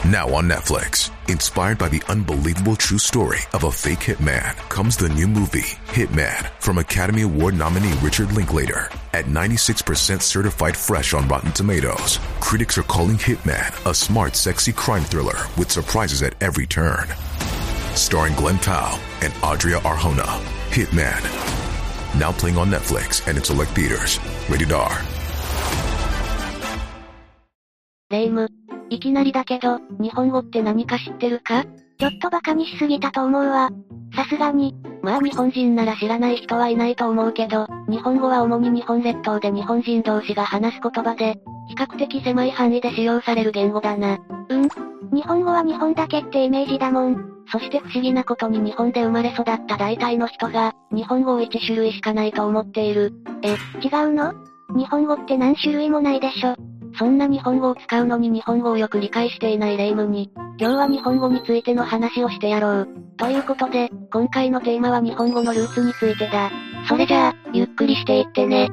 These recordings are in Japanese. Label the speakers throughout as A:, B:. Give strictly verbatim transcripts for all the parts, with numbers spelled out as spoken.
A: Now on Netflix, inspired by the unbelievable true story of a fake hitman, comes the new movie, Hitman, from Academy Award nominee Richard Linklater. At ninety-six percent certified fresh on Rotten Tomatoes, critics are calling Hitman a smart, sexy crime thriller with surprises at every turn. Starring Glenn Powell and Adria Arjona, Hitman. Now playing on Netflix and in select theaters. Rated R.
B: レイム。いきなりだけど、日本語って何か知ってるか？ちょっとバカにしすぎたと思うわ。さすがに。まあ日本人なら知らない人はいないと思うけど、日本語は主に日本列島で日本人同士が話す言葉で、比較的狭い範囲で使用される言語だな。
C: うん。日本語は日本だけってイメージだもん。
B: そして不思議なことに日本で生まれ育った大体の人が、日本語をいち種類しかないと思っている。
C: え、違うの？日本語って何種類もないでしょ。
B: そんな日本語を使うのに日本語をよく理解していないレイムに、今日は日本語についての話をしてやろう。ということで、今回のテーマは日本語のルーツについてだ。
C: それじゃあ、ゆっくりしていってね。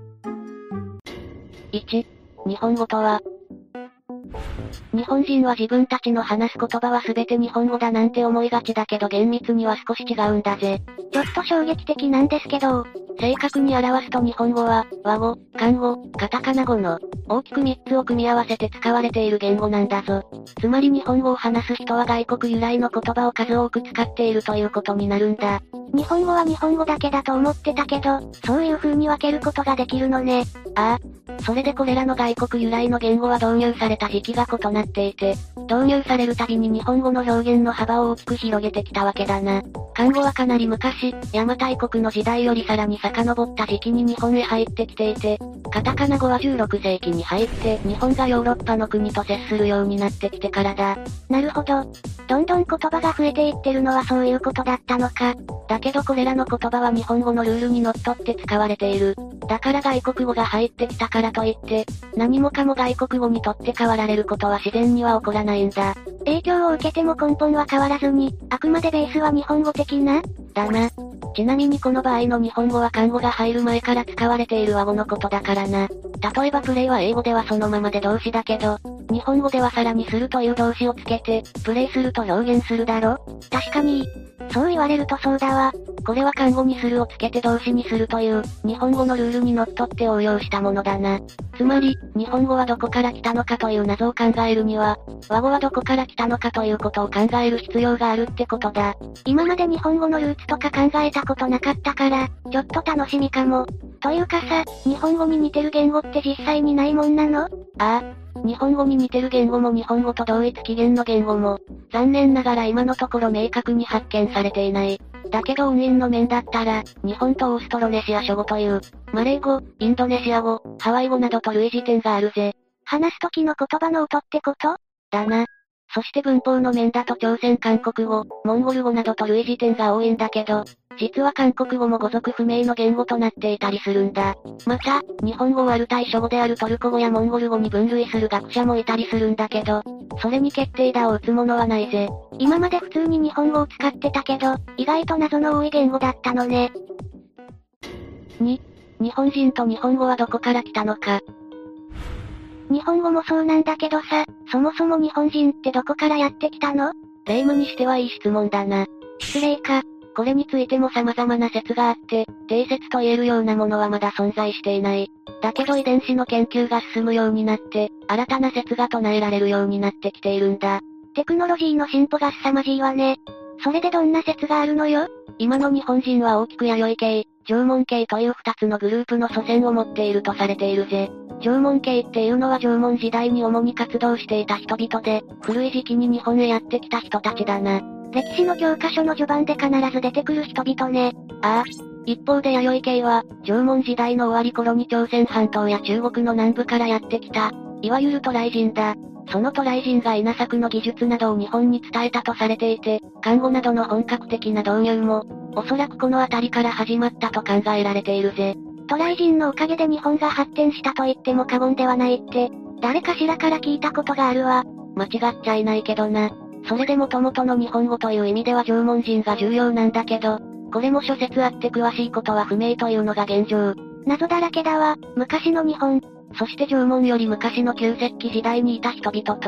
B: いち、日本語とは。日本人は自分たちの話す言葉は全て日本語だなんて思いがちだけど厳密には少し違うんだぜ。
C: ちょっと衝撃的なんですけど、
B: 正確に表すと日本語は、和語、漢語、カタカナ語の、大きくみっつを組み合わせて使われている言語なんだぞ。つまり日本語を話す人は外国由来の言葉を数多く使っているということになるんだ。
C: 日本語は日本語だけだと思ってたけど、そういう風に分けることができるのね。
B: ああ。それでこれらの外国由来の言語は導入された時期が異なっていて、導入されるたびに日本語の表現の幅を大きく広げてきたわけだな。漢語はかなり昔、邪馬台国の時代よりさらに遡った時期に日本へ入ってきていて、カタカナ語はじゅうろくせいきに入って日本がヨーロッパの国と接するようになってきてからだ。
C: なるほど。どんどん言葉が増えていってるのはそういうことだったのか。
B: だけどこれらの言葉は日本語のルールにのっとって使われている。だから外国語が入ってきたからといって、何もかも外国語にとって変わられることは自然には起こらないんだ。
C: 影響を受けても根本は変わらずに、あくまでベースは日本語的な？
B: だな。ちなみにこの場合の日本語は漢語が入る前から使われている和語のことだからな。例えばプレイは英語ではそのままで動詞だけど、日本語ではさらにするという動詞をつけて、プレイすると表現するだろ？
C: 確かに。そう言われるとそうだわ。
B: これは漢語にするをつけて動詞にするという、日本語のルールにのっとって応用したものだな。つまり、日本語はどこから来たのかという謎を考えるには、和語はどこから来たのかということを考える必要があるってことだ。
C: 今まで日本語のルーツとか考えたことなかったから、ちょっと楽しみかも。というかさ、日本語に似てる言語って実際にないもんなの？
B: ああ。日本語に似てる言語も日本語と同一起源の言語も、残念ながら今のところ明確に発見されていない。だけど音韻の面だったら、日本とオーストロネシア諸語という、マレー語、インドネシア語、ハワイ語などと類似点があるぜ。
C: 話す時の言葉の音ってこと？
B: だな。そして文法の面だと朝鮮韓国語、モンゴル語などと類似点が多いんだけど、実は韓国語も語族不明の言語となっていたりするんだ。また、日本語をある対処語であるトルコ語やモンゴル語に分類する学者もいたりするんだけど、それに決定打を打つものはないぜ。
C: 今まで普通に日本語を使ってたけど、意外と謎の多い言語だったのね。
B: に、日本人と日本語はどこから来たのか。
C: 日本語もそうなんだけどさ、そもそも日本人ってどこからやってきたの？
B: レイムにしてはいい質問だな。
C: 失礼か。
B: これについても様々な説があって、定説と言えるようなものはまだ存在していない。だけど遺伝子の研究が進むようになって、新たな説が唱えられるようになってきているんだ。
C: テクノロジーの進歩が凄まじいわね。それでどんな説があるのよ？
B: 今の日本人は大きく弥生系、縄文系という二つのグループの祖先を持っているとされているぜ。縄文系っていうのは縄文時代に主に活動していた人々で、古い時期に日本へやってきた人たちだな。
C: 歴史の教科書の序盤で必ず出てくる人々ね。
B: ああ。一方で弥生系は、縄文時代の終わり頃に朝鮮半島や中国の南部からやってきた、いわゆる渡来人だ。その渡来人が稲作の技術などを日本に伝えたとされていて、看護などの本格的な導入も、おそらくこの辺りから始まったと考えられているぜ。
C: 渡来人のおかげで日本が発展したと言っても過言ではないって、誰かしらから聞いたことがあるわ。
B: 間違っちゃいないけどな。それで元々の日本語という意味では縄文人が重要なんだけど、これも諸説あって詳しいことは不明というのが現状。
C: 謎だらけだわ、昔の日本。
B: そして縄文より昔の旧石器時代にいた人々と、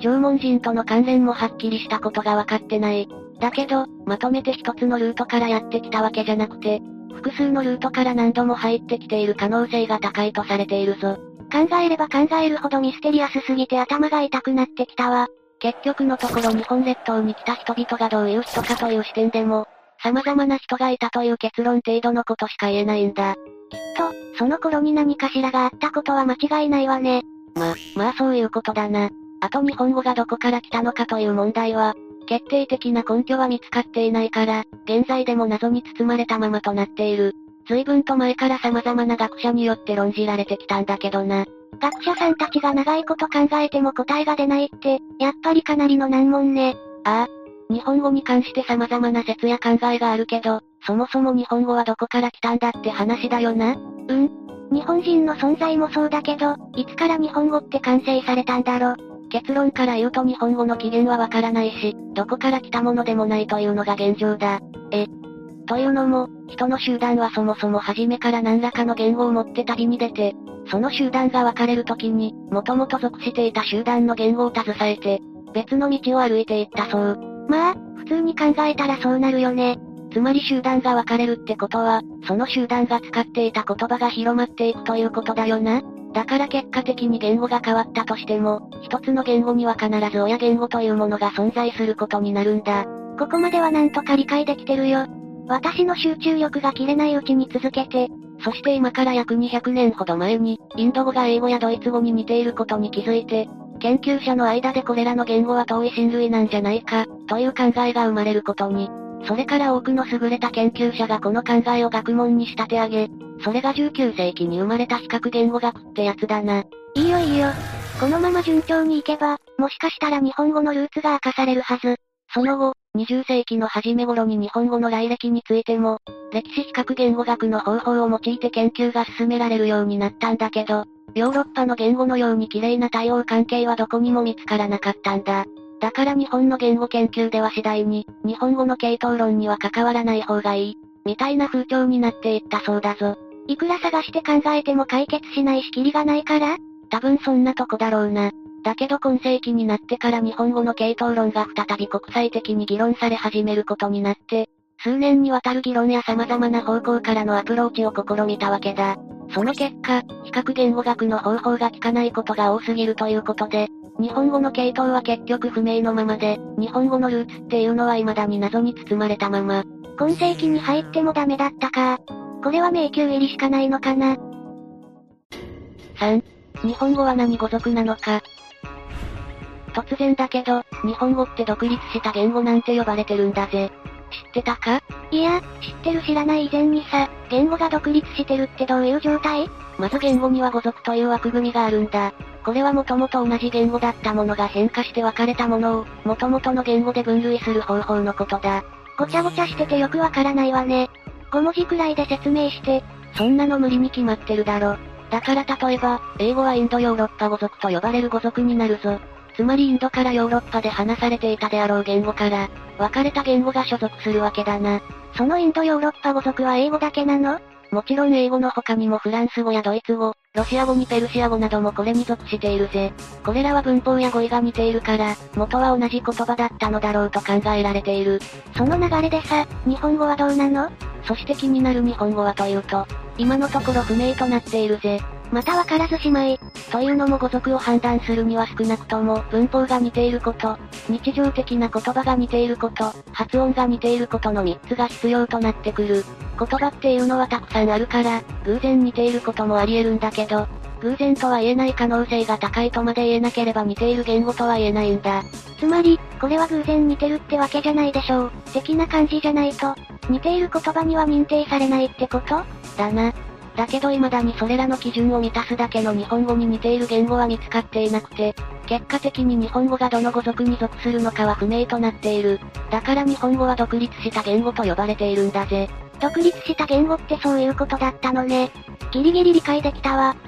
B: 縄文人との関連もはっきりしたことがわかってない。だけど、まとめて一つのルートからやってきたわけじゃなくて、複数のルートから何度も入ってきている可能性が高いとされているぞ。
C: 考えれば考えるほどミステリアスすぎて頭が痛くなってきたわ。
B: 結局のところ日本列島に来た人々がどういう人かという視点でも、様々な人がいたという結論程度のことしか言えないんだ。
C: きっと、その頃に何かしらがあったことは間違いないわね。
B: ま、まあそういうことだな。あと日本語がどこから来たのかという問題は、決定的な根拠は見つかっていないから、現在でも謎に包まれたままとなっている。随分と前から様々な学者によって論じられてきたんだけどな。
C: 学者さんたちが長いこと考えても答えが出ないって、やっぱりかなりの難問ね。
B: ああ。日本語に関して様々な説や考えがあるけど、そもそも日本語はどこから来たんだって話だよな。
C: うん。日本人の存在もそうだけど、いつから日本語って完成されたんだろ。
B: 結論から言うと日本語の起源はわからないし、どこから来たものでもないというのが現状だ。え。というのも、人の集団はそもそも初めから何らかの言語を持って旅に出て、その集団が分かれる時に、もともと属していた集団の言語を携えて、別の道を歩いていったそう。
C: まあ、普通に考えたらそうなるよね。
B: つまり集団が分かれるってことは、その集団が使っていた言葉が広まっていくということだよな。だから結果的に言語が変わったとしても、一つの言語には必ず親言語というものが存在することになるんだ。
C: ここまではなんとか理解できてるよ。私の集中力が切れないうちに続けて。
B: そして今から約にひゃくねんほど前に、インド語が英語やドイツ語に似ていることに気づいて、研究者の間でこれらの言語は遠い親類なんじゃないか、という考えが生まれることに。それから多くの優れた研究者がこの考えを学問に仕立て上げ、それがじゅうきゅうせいきに生まれた比較言語学ってやつだな。
C: いいよいいよ。このまま順調にいけば、もしかしたら日本語のルーツが明かされるはず。
B: その後、にじゅっせいきの初め頃に日本語の来歴についても、歴史比較言語学の方法を用いて研究が進められるようになったんだけど、ヨーロッパの言語のように綺麗な対応関係はどこにも見つからなかったんだ。だから日本の言語研究では次第に、日本語の系統論には関わらない方がいい、みたいな風潮になっていったそうだぞ。
C: いくら探して考えても解決しないしきりがないから？
B: 多分そんなとこだろうな。だけど今世紀になってから日本語の系統論が再び国際的に議論され始めることになって、数年にわたる議論や様々な方向からのアプローチを試みたわけだ。その結果、比較言語学の方法が効かないことが多すぎるということで、日本語の系統は結局不明のままで、日本語のルーツっていうのは未だに謎に包まれたまま。
C: 今世紀に入ってもダメだったか。これは迷宮入りしかないのかな。
B: さん. 日本語は何語族なのか。突然だけど、日本語って独立した言語なんて呼ばれてるんだぜ。知ってたか？
C: いや、知ってる知らない以前にさ、言語が独立してるってどういう状態？
B: まず言語には語族という枠組みがあるんだ。これはもともと同じ言語だったものが変化して分かれたものを、元々の言語で分類する方法のことだ。
C: ごちゃごちゃしててよくわからないわね。ごもじくらいで説明して。
B: そんなの無理に決まってるだろ。だから例えば、英語はインドヨーロッパ語族と呼ばれる語族になるぞ。つまりインドからヨーロッパで話されていたであろう言語から、分かれた言語が所属するわけだな。
C: そのインドヨーロッパ語族は英語だけなの？
B: もちろん英語の他にもフランス語やドイツ語、ロシア語にペルシア語などもこれに属しているぜ。これらは文法や語彙が似ているから、元は同じ言葉だったのだろうと考えられている。
C: その流れでさ、日本語はどうなの？
B: そして気になる日本語はというと、今のところ不明となっているぜ。
C: またわからずしまい。
B: というのも語族を判断するには少なくとも文法が似ていること、日常的な言葉が似ていること、発音が似ていることのみっつが必要となってくる。言葉っていうのはたくさんあるから、偶然似ていることもあり得るんだけど、偶然とは言えない可能性が高いとまで言えなければ似ている言語とは言えないんだ。
C: つまり、これは偶然似てるってわけじゃないでしょう。的な感じじゃないと、似ている言葉には認定されないってこと？
B: だな。だけど未だにそれらの基準を満たすだけの日本語に似ている言語は見つかっていなくて、結果的に日本語がどの語族に属するのかは不明となっている。だから日本語は独立した言語と呼ばれているんだぜ。
C: 独立した言語ってそういうことだったのね。ギリギリ理解できたわ。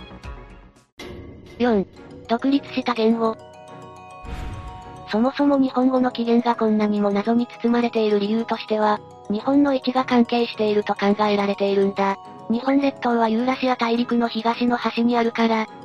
B: よん. 独立した言語。そもそも日本語の起源がこんなにも謎に包まれている理由としては、日本の位置が関係していると考えられているんだ。日本列島はユーラシア大陸の東の端にあるから、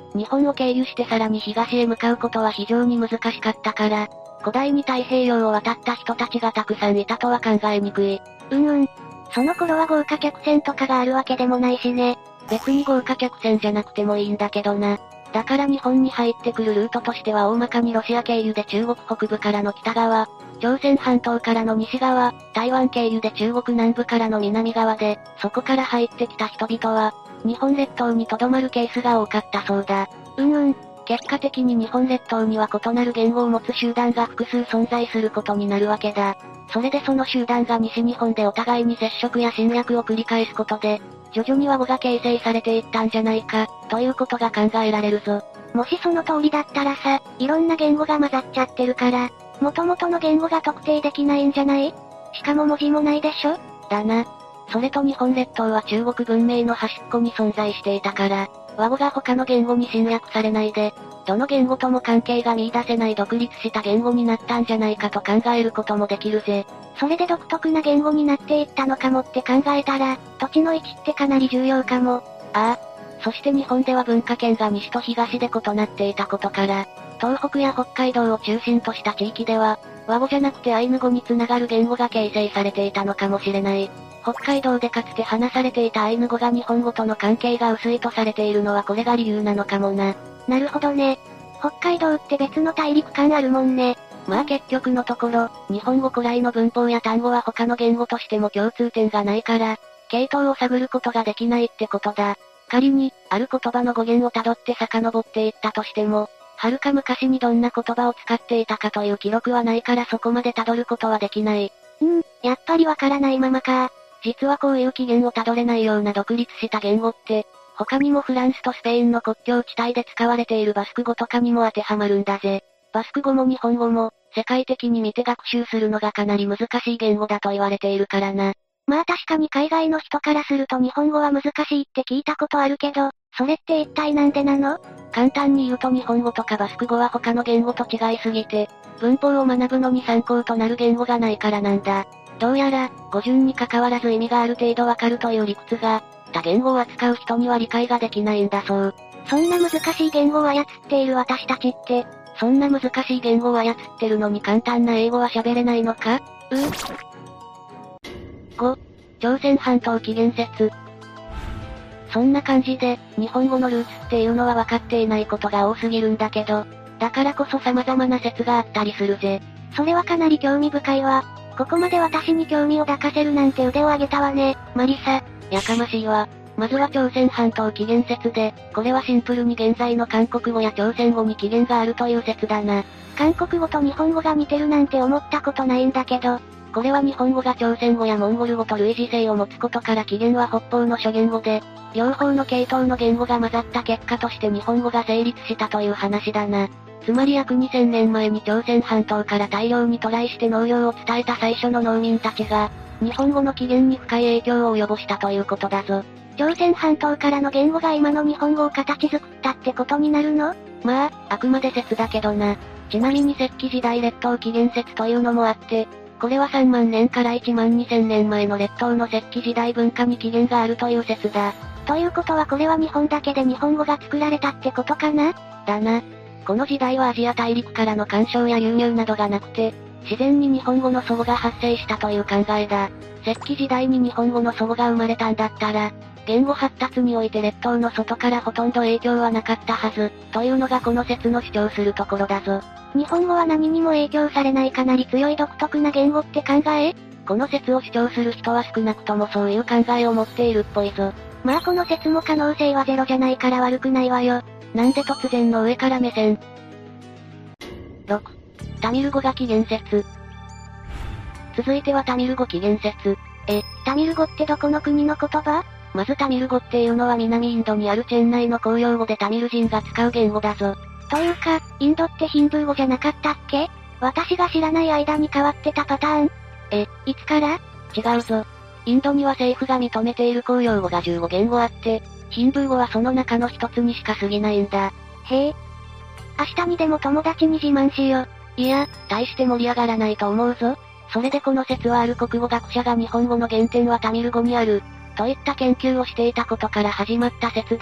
B: 日本を経由してさらに東へ向かうことは非常に難しかったから、古代に太平洋を渡った人たちがたくさんいたとは考えにくい。
C: うんうん。その頃は豪華客船とかがあるわけでもないしね。
B: 別に豪華客船じゃなくてもいいんだけどな。だから日本に入ってくるルートとしては大まかにロシア経由で中国北部からの北側、朝鮮半島からの西側、台湾経由で中国南部からの南側で、そこから入ってきた人々は、日本列島に留まるケースが多かったそうだ。
C: うんうん。
B: 結果的に日本列島には異なる言語を持つ集団が複数存在することになるわけだ。それでその集団が西日本でお互いに接触や侵略を繰り返すことで、徐々に和語が形成されていったんじゃないか、ということが考えられるぞ。
C: もしその通りだったらさ、いろんな言語が混ざっちゃってるから、元々の言語が特定できないんじゃない？しかも文字もないでしょ？
B: だな。それと日本列島は中国文明の端っこに存在していたから、和語が他の言語に侵略されないで、どの言語とも関係が見出せない独立した言語になったんじゃないかと考えることもできるぜ。
C: それで独特な言語になっていったのかもって考えたら、土地の位置ってかなり重要かも。
B: ああ。そして日本では文化圏が西と東で異なっていたことから、東北や北海道を中心とした地域では、和語じゃなくてアイヌ語につながる言語が形成されていたのかもしれない。北海道でかつて話されていたアイヌ語が日本語との関係が薄いとされているのはこれが理由なのかもな。
C: なるほどね。北海道って別の大陸間あるもんね。
B: まあ結局のところ、日本語古来の文法や単語は他の言語としても共通点がないから、系統を探ることができないってことだ。仮に、ある言葉の語源をたどって遡っていったとしても、はるか昔にどんな言葉を使っていたかという記録はないからそこまで辿ることはできない。
C: うん、やっぱりわからないままか。
B: 実はこういう起源を辿れないような独立した言語って、他にもフランスとスペインの国境地帯で使われているバスク語とかにも当てはまるんだぜ。バスク語も日本語も、世界的に見て学習するのがかなり難しい言語だと言われているからな。
C: まあ確かに海外の人からすると日本語は難しいって聞いたことあるけど、それって一体なんでなの？
B: 簡単に言うと日本語とかバスク語は他の言語と違いすぎて、文法を学ぶのに参考となる言語がないからなんだ。どうやら、語順に関わらず意味がある程度わかるという理屈が、他言語を扱う人には理解ができないんだそう。
C: そんな難しい言語を操っている私たちって、
B: そんな難しい言語を操ってるのに簡単な英語は喋れないのか？
C: うー。
B: ご、朝鮮半島起源説。そんな感じで、日本語のルーツっていうのは分かっていないことが多すぎるんだけど、だからこそ様々な説があったりするぜ。
C: それはかなり興味深いわ。ここまで私に興味を抱かせるなんて腕を上げたわね、マリサ。
B: やかましいわ。まずは朝鮮半島起源説で、これはシンプルに現在の韓国語や朝鮮語に起源があるという説だな。
C: 韓国語と日本語が似てるなんて思ったことないんだけど、
B: これは日本語が朝鮮語やモンゴル語と類似性を持つことから起源は北方の諸言語で、両方の系統の言語が混ざった結果として日本語が成立したという話だな。つまり約にせんねんまえに朝鮮半島から大量に渡来して農業を伝えた最初の農民たちが、日本語の起源に深い影響を及ぼしたということだぞ。
C: 朝鮮半島からの言語が今の日本語を形作ったってことになるの？
B: まあ、あくまで説だけどな。ちなみに石器時代列島起源説というのもあって、これはさんまんねんからいちまんにせんねんまえの列島の石器時代文化に起源があるという説だ。
C: ということはこれは日本だけで日本語が作られたってことかな？
B: だな。この時代はアジア大陸からの干渉や輸入などがなくて、自然に日本語の祖語が発生したという考えだ。石器時代に日本語の祖語が生まれたんだったら、言語発達において列島の外からほとんど影響はなかったはず、というのがこの説の主張するところだぞ。
C: 日本語は何にも影響されないかなり強い独特な言語って考え？
B: この説を主張する人は少なくともそういう考えを持っているっぽいぞ。
C: まあこの説も可能性はゼロじゃないから悪くないわよ。
B: なんで突然の上から目線。ろく. タミル語が起源説。続いてはタミル語起源説。
C: え、タミル語ってどこの国の言葉？
B: まずタミル語っていうのは南インドにあるチェン内の公用語でタミル人が使う言語だぞ。
C: というか、インドってヒンドゥー語じゃなかったっけ？私が知らない間に変わってたパターン？
B: え、
C: いつから？
B: 違うぞ。インドには政府が認めている公用語がじゅうご言語あって、ヒンドゥー語はその中の一つにしか過ぎないんだ。
C: へえ。明日にでも友達に自慢しよう。
B: いや、大して盛り上がらないと思うぞ。それでこの説はある国語学者が日本語の原点はタミル語にある、といった研究をしていたことから始まった説で、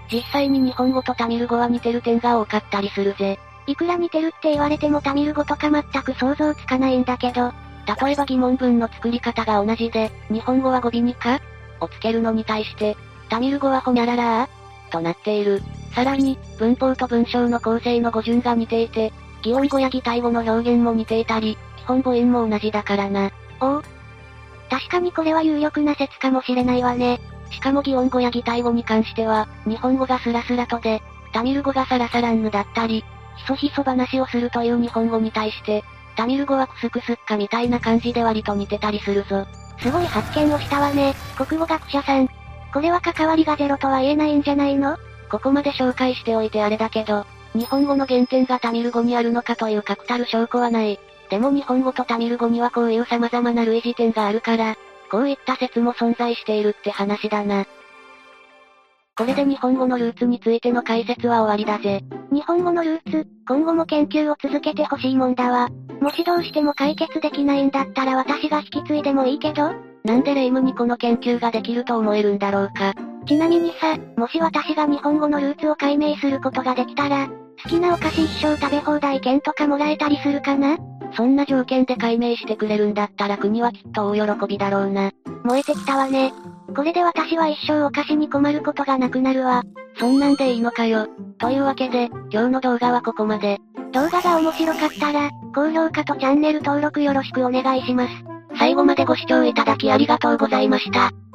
B: 実際に日本語とタミル語は似てる点が多かったりするぜ。
C: いくら似てるって言われてもタミル語とか全く想像つかないんだけど。
B: 例えば疑問文の作り方が同じで、日本語は語尾にかをつけるのに対して、タミル語はホニャララーとなっている。さらに、文法と文章の構成の語順が似ていて、擬音語や擬態語の表現も似ていたり、基本母音も同じだからな。
C: おお。確かにこれは有力な説かもしれないわね。
B: しかも擬音語や擬態語に関しては、日本語がスラスラとで、タミル語がサラサランヌだったり、ひそひそ話をするという日本語に対して、タミル語はクスクスッカみたいな感じで割と似てたりするぞ。
C: すごい発見をしたわね、国語学者さん。これは関わりがゼロとは言えないんじゃないの？
B: ここまで紹介しておいてあれだけど、日本語の原点がタミル語にあるのかという確たる証拠はない。でも日本語とタミル語にはこういう様々な類似点があるから、こういった説も存在しているって話だな。これで日本語のルーツについての解説は終わりだぜ。
C: 日本語のルーツ、今後も研究を続けてほしいもんだわ。もしどうしても解決できないんだったら私が引き継いでもいいけど？
B: なんでレイムにこの研究ができると思えるんだろうか。
C: ちなみにさ、もし私が日本語のルーツを解明することができたら、好きなお菓子一生食べ放題券とかもらえたりするかな？
B: そんな条件で解明してくれるんだったら国はきっと大喜びだろうな。
C: 燃えてきたわね。これで私は一生お菓子に困ることがなくなるわ。
B: そんなんでいいのかよ。というわけで、今日の動画はここまで。
C: 動画が面白かったら、高評価とチャンネル登録よろしくお願いします。
B: 最後までご視聴いただきありがとうございました。